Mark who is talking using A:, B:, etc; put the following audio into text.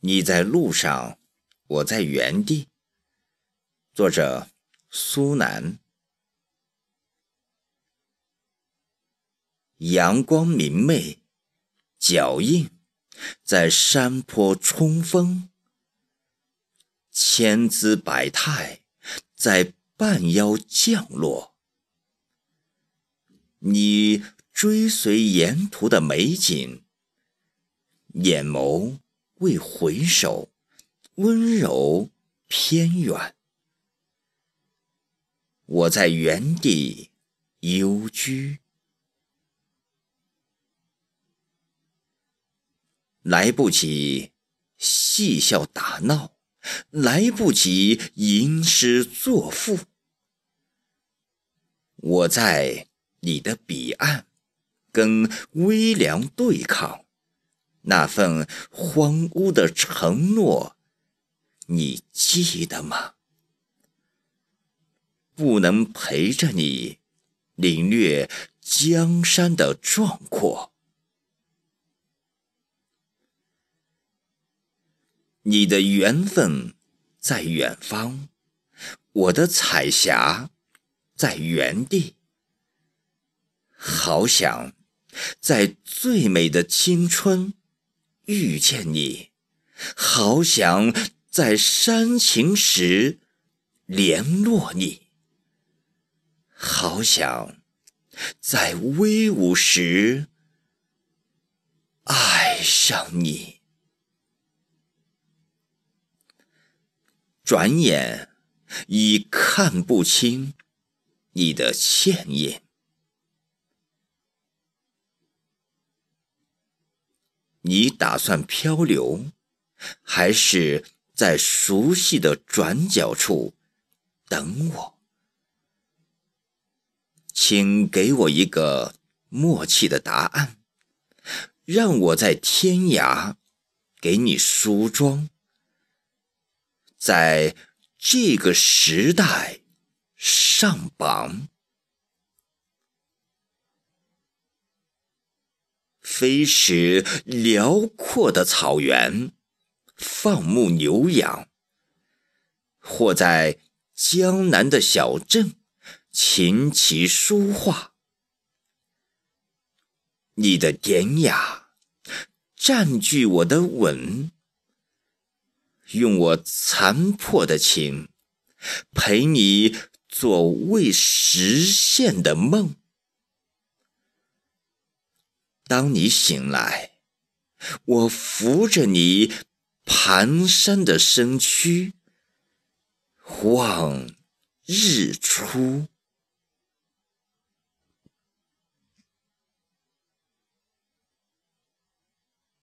A: 你在路上，我在原地。作者苏南。阳光明媚，脚印在山坡冲锋，千姿百态在半腰降落。你追随沿途的美景，眼眸未回首，温柔偏远。我在原地幽居，来不及嬉笑打闹，来不及吟诗作赋。我在你的彼岸，跟微凉对抗，那份荒芜的承诺，你记得吗？不能陪着你领略江山的壮阔。你的缘分在远方，我的彩霞在原地。好想在最美的青春遇见你，好想在煽情时联络你，好想在威武时爱上你。转眼已看不清你的倩影。你打算漂流，还是在熟悉的转角处等我？请给我一个默契的答案，让我在天涯给你梳妆，在这个时代上榜。飞驰辽阔的草原，放牧牛羊，或在江南的小镇琴棋书画。你的典雅占据我的吻，用我残破的情陪你做未实现的梦。当你醒来，我扶着你蹒跚的身躯，望日出。